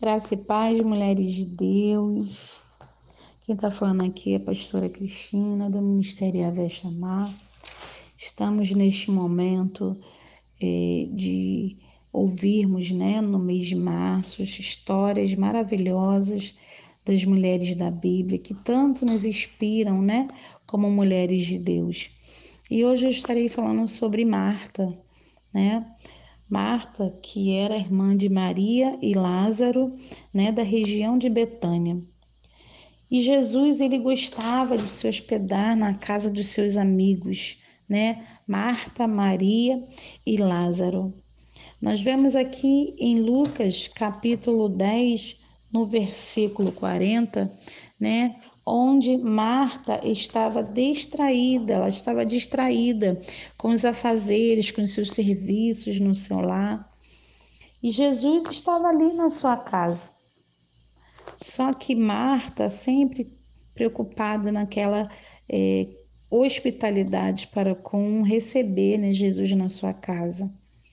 Graça e paz, mulheres de Deus. Quem está falando aqui é a pastora Cristina, do Ministério Ave Chamar. Estamos neste momento de ouvirmos, no mês de março, histórias maravilhosas das mulheres da Bíblia, que tanto nos inspiram, como mulheres de Deus. E hoje eu estarei falando sobre Marta, Marta, que era irmã de Maria e Lázaro, da região de Betânia. E Jesus, ele gostava de se hospedar na casa dos seus amigos, Marta, Maria e Lázaro. Nós vemos aqui em Lucas, capítulo 10, no versículo 40, onde Marta estava distraída, ela estava distraída com os afazeres, com os seus serviços no seu lar. E Jesus estava ali na sua casa. Só que Marta, sempre preocupada naquela hospitalidade para com receber Jesus na sua casa.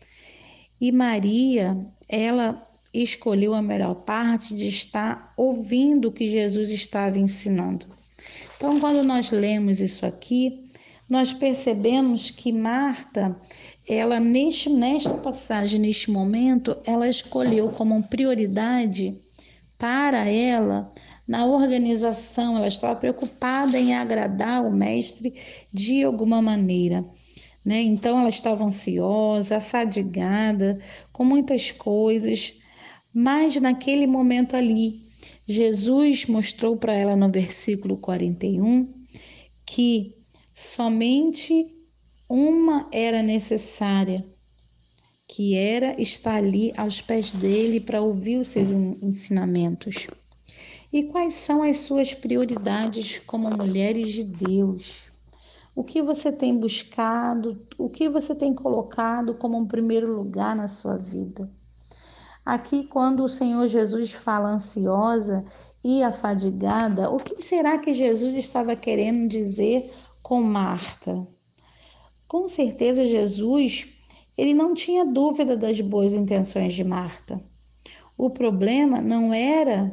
E Maria, ela escolheu a melhor parte de estar ouvindo o que Jesus estava ensinando. Então, quando nós lemos isso aqui, nós percebemos que Marta, ela nesta passagem, neste momento, ela escolheu como prioridade para ela, na organização, ela estava preocupada em agradar o mestre de alguma maneira. Então ela estava ansiosa, afadigada, com muitas coisas, mas naquele momento ali, Jesus mostrou para ela no versículo 41 que somente uma era necessária, que era estar ali aos pés dele para ouvir os seus ensinamentos. E quais são as suas prioridades como mulheres de Deus? O que você tem buscado, o que você tem colocado como um primeiro lugar na sua vida? Aqui, quando o Senhor Jesus fala ansiosa e afadigada, o que será que Jesus estava querendo dizer com Marta? Com certeza, Jesus, ele não tinha dúvida das boas intenções de Marta. O problema não era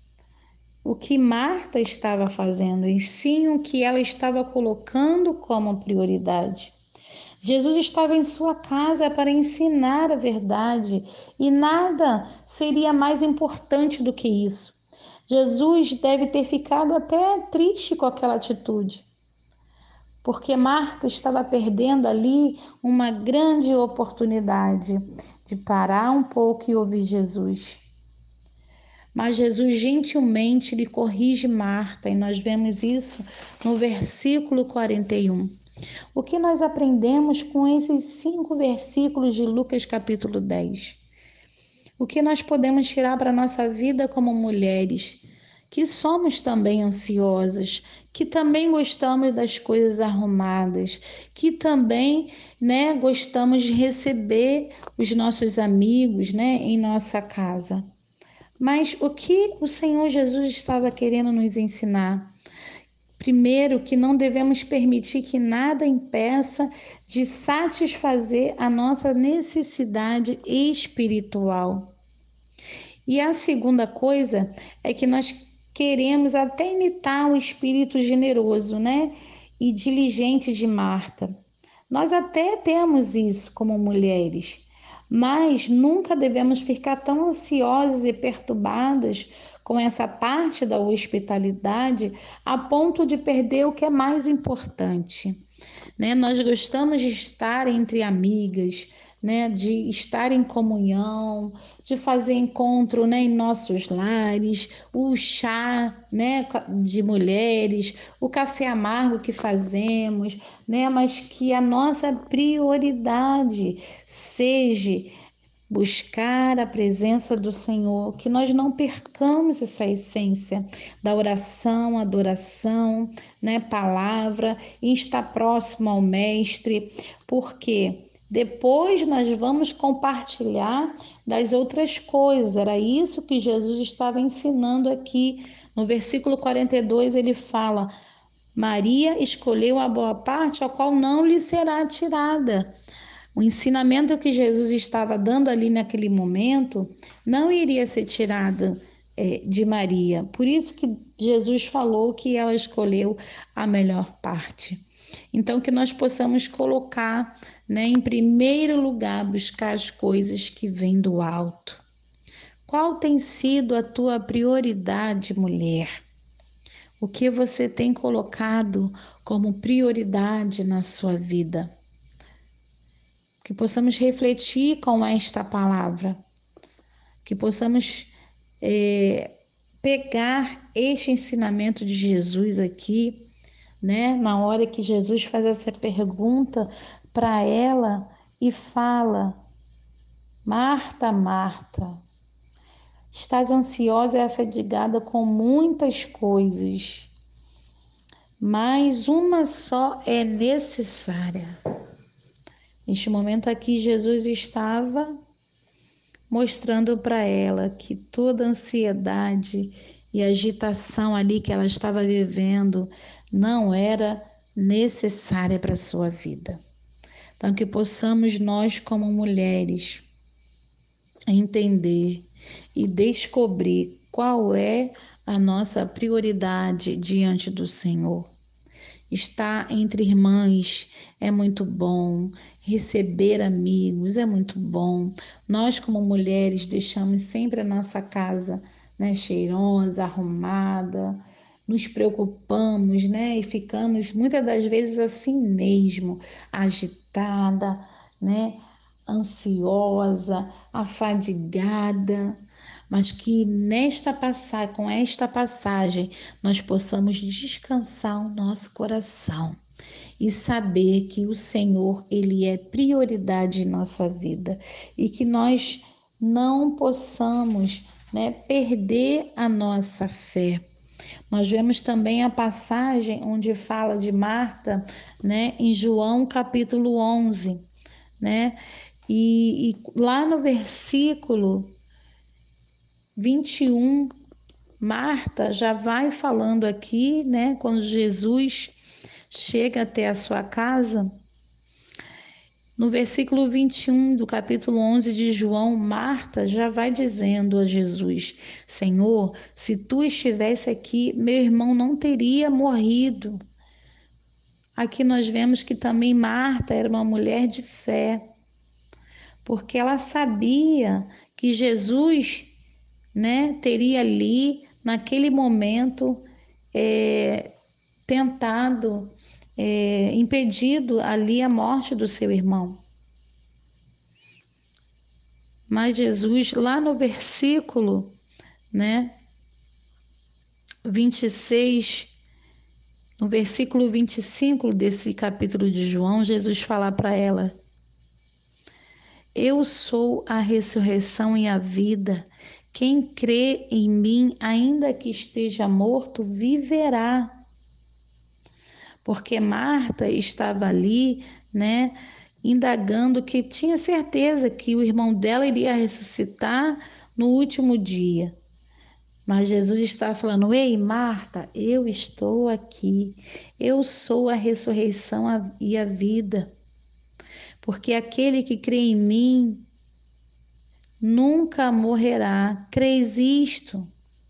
o que Marta estava fazendo, e sim o que ela estava colocando como prioridade. Jesus estava em sua casa para ensinar a verdade e nada seria mais importante do que isso. Jesus deve ter ficado até triste com aquela atitude, porque Marta estava perdendo ali uma grande oportunidade de parar um pouco e ouvir Jesus. Mas Jesus gentilmente lhe corrige Marta, e nós vemos isso no versículo 41. O que nós aprendemos com esses 5 versículos de Lucas capítulo 10? O que nós podemos tirar para a nossa vida como mulheres, que somos também ansiosas, que também gostamos das coisas arrumadas, que também gostamos de receber os nossos amigos em nossa casa. Mas o que o Senhor Jesus estava querendo nos ensinar? Primeiro, que não devemos permitir que nada impeça de satisfazer a nossa necessidade espiritual. E a segunda coisa é que nós queremos até imitar o espírito generoso, e diligente de Marta. Nós até temos isso como mulheres, mas nunca devemos ficar tão ansiosas e perturbadas com essa parte da hospitalidade a ponto de perder o que é mais importante. Nós gostamos de estar entre amigas, de estar em comunhão, de fazer encontro em nossos lares, o chá de mulheres, o café amargo que fazemos, mas que a nossa prioridade seja buscar a presença do Senhor, que nós não percamos essa essência da oração, adoração, palavra, e estar próximo ao Mestre, porque depois nós vamos compartilhar das outras coisas. Era isso que Jesus estava ensinando aqui. No versículo 42 ele fala: Maria escolheu a boa parte, a qual não lhe será tirada. O ensinamento que Jesus estava dando ali naquele momento não iria ser tirado de Maria. Por isso que Jesus falou que ela escolheu a melhor parte. Então, que nós possamos colocar, né, em primeiro lugar, buscar as coisas que vêm do alto. Qual tem sido a tua prioridade, mulher? O que você tem colocado como prioridade na sua vida? Que possamos refletir com esta palavra, que possamos pegar este ensinamento de Jesus aqui, né? Na hora que Jesus faz essa pergunta para ela e fala: Marta, Marta, estás ansiosa e afadigada com muitas coisas, mas uma só é necessária. Neste momento aqui, Jesus estava mostrando para ela que toda ansiedade e agitação ali que ela estava vivendo não era necessária para a sua vida. Então, que possamos nós, como mulheres, entender e descobrir qual é a nossa prioridade diante do Senhor. Estar entre irmãs é muito bom, receber amigos é muito bom. Nós, como mulheres, deixamos sempre a nossa casa, né, cheirosa, arrumada, nos preocupamos, né, e ficamos muitas das vezes assim mesmo, agitada, né, ansiosa, afadigada. Mas que com esta passagem, nós possamos descansar o nosso coração e saber que o Senhor, Ele é prioridade em nossa vida e que nós não possamos, né, perder a nossa fé. Nós vemos também a passagem onde fala de Marta, né, em João capítulo 11, né, e lá no versículo 21, Marta já vai falando aqui, né, quando Jesus chega até a sua casa, no versículo 21 do capítulo 11 de João, Marta já vai dizendo a Jesus: Senhor, se tu estivesse aqui, meu irmão não teria morrido. Aqui nós vemos que também Marta era uma mulher de fé, porque ela sabia que Jesus, né, teria ali, naquele momento, tentado, impedido ali a morte do seu irmão. Mas Jesus, lá no versículo, né, 26, no versículo 25 desse capítulo de João, Jesus fala para ela: Eu sou a ressurreição e a vida. Quem crê em mim, ainda que esteja morto, viverá. Porque Marta estava ali, né, indagando, que tinha certeza que o irmão dela iria ressuscitar no último dia. Mas Jesus estava falando: Ei, Marta, eu estou aqui. Eu sou a ressurreição e a vida. Porque aquele que crê em mim nunca morrerá. Crês isto?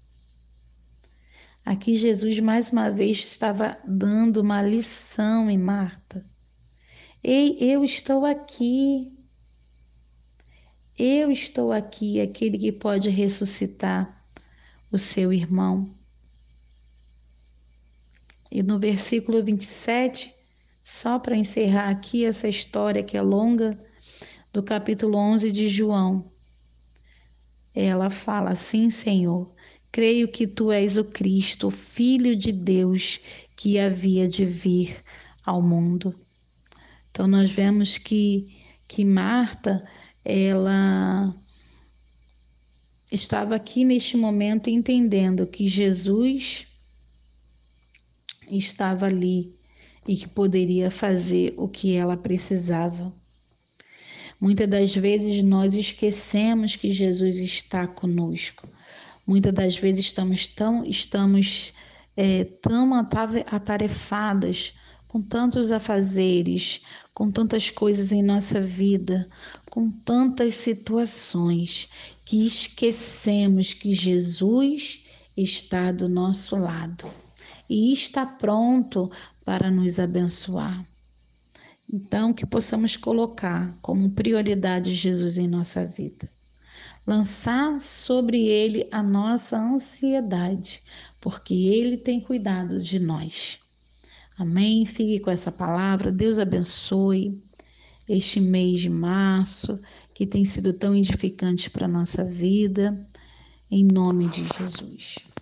Aqui Jesus mais uma vez estava dando uma lição em Marta. Ei, eu estou aqui. Eu estou aqui, aquele que pode ressuscitar o seu irmão. E no versículo 27, só para encerrar aqui essa história que é longa, do capítulo 11 de João, ela fala assim: Senhor, creio que tu és o Cristo, o Filho de Deus, que havia de vir ao mundo. Então nós vemos que Marta, ela estava aqui neste momento entendendo que Jesus estava ali e que poderia fazer o que ela precisava. Muitas das vezes nós esquecemos que Jesus está conosco. Muitas das vezes estamos tão atarefadas com tantos afazeres, com tantas coisas em nossa vida, com tantas situações, que esquecemos que Jesus está do nosso lado e está pronto para nos abençoar. Então, que possamos colocar como prioridade Jesus em nossa vida. Lançar sobre ele a nossa ansiedade, porque ele tem cuidado de nós. Amém? Fique com essa palavra. Deus abençoe este mês de março, que tem sido tão edificante para a nossa vida. Em nome de Jesus.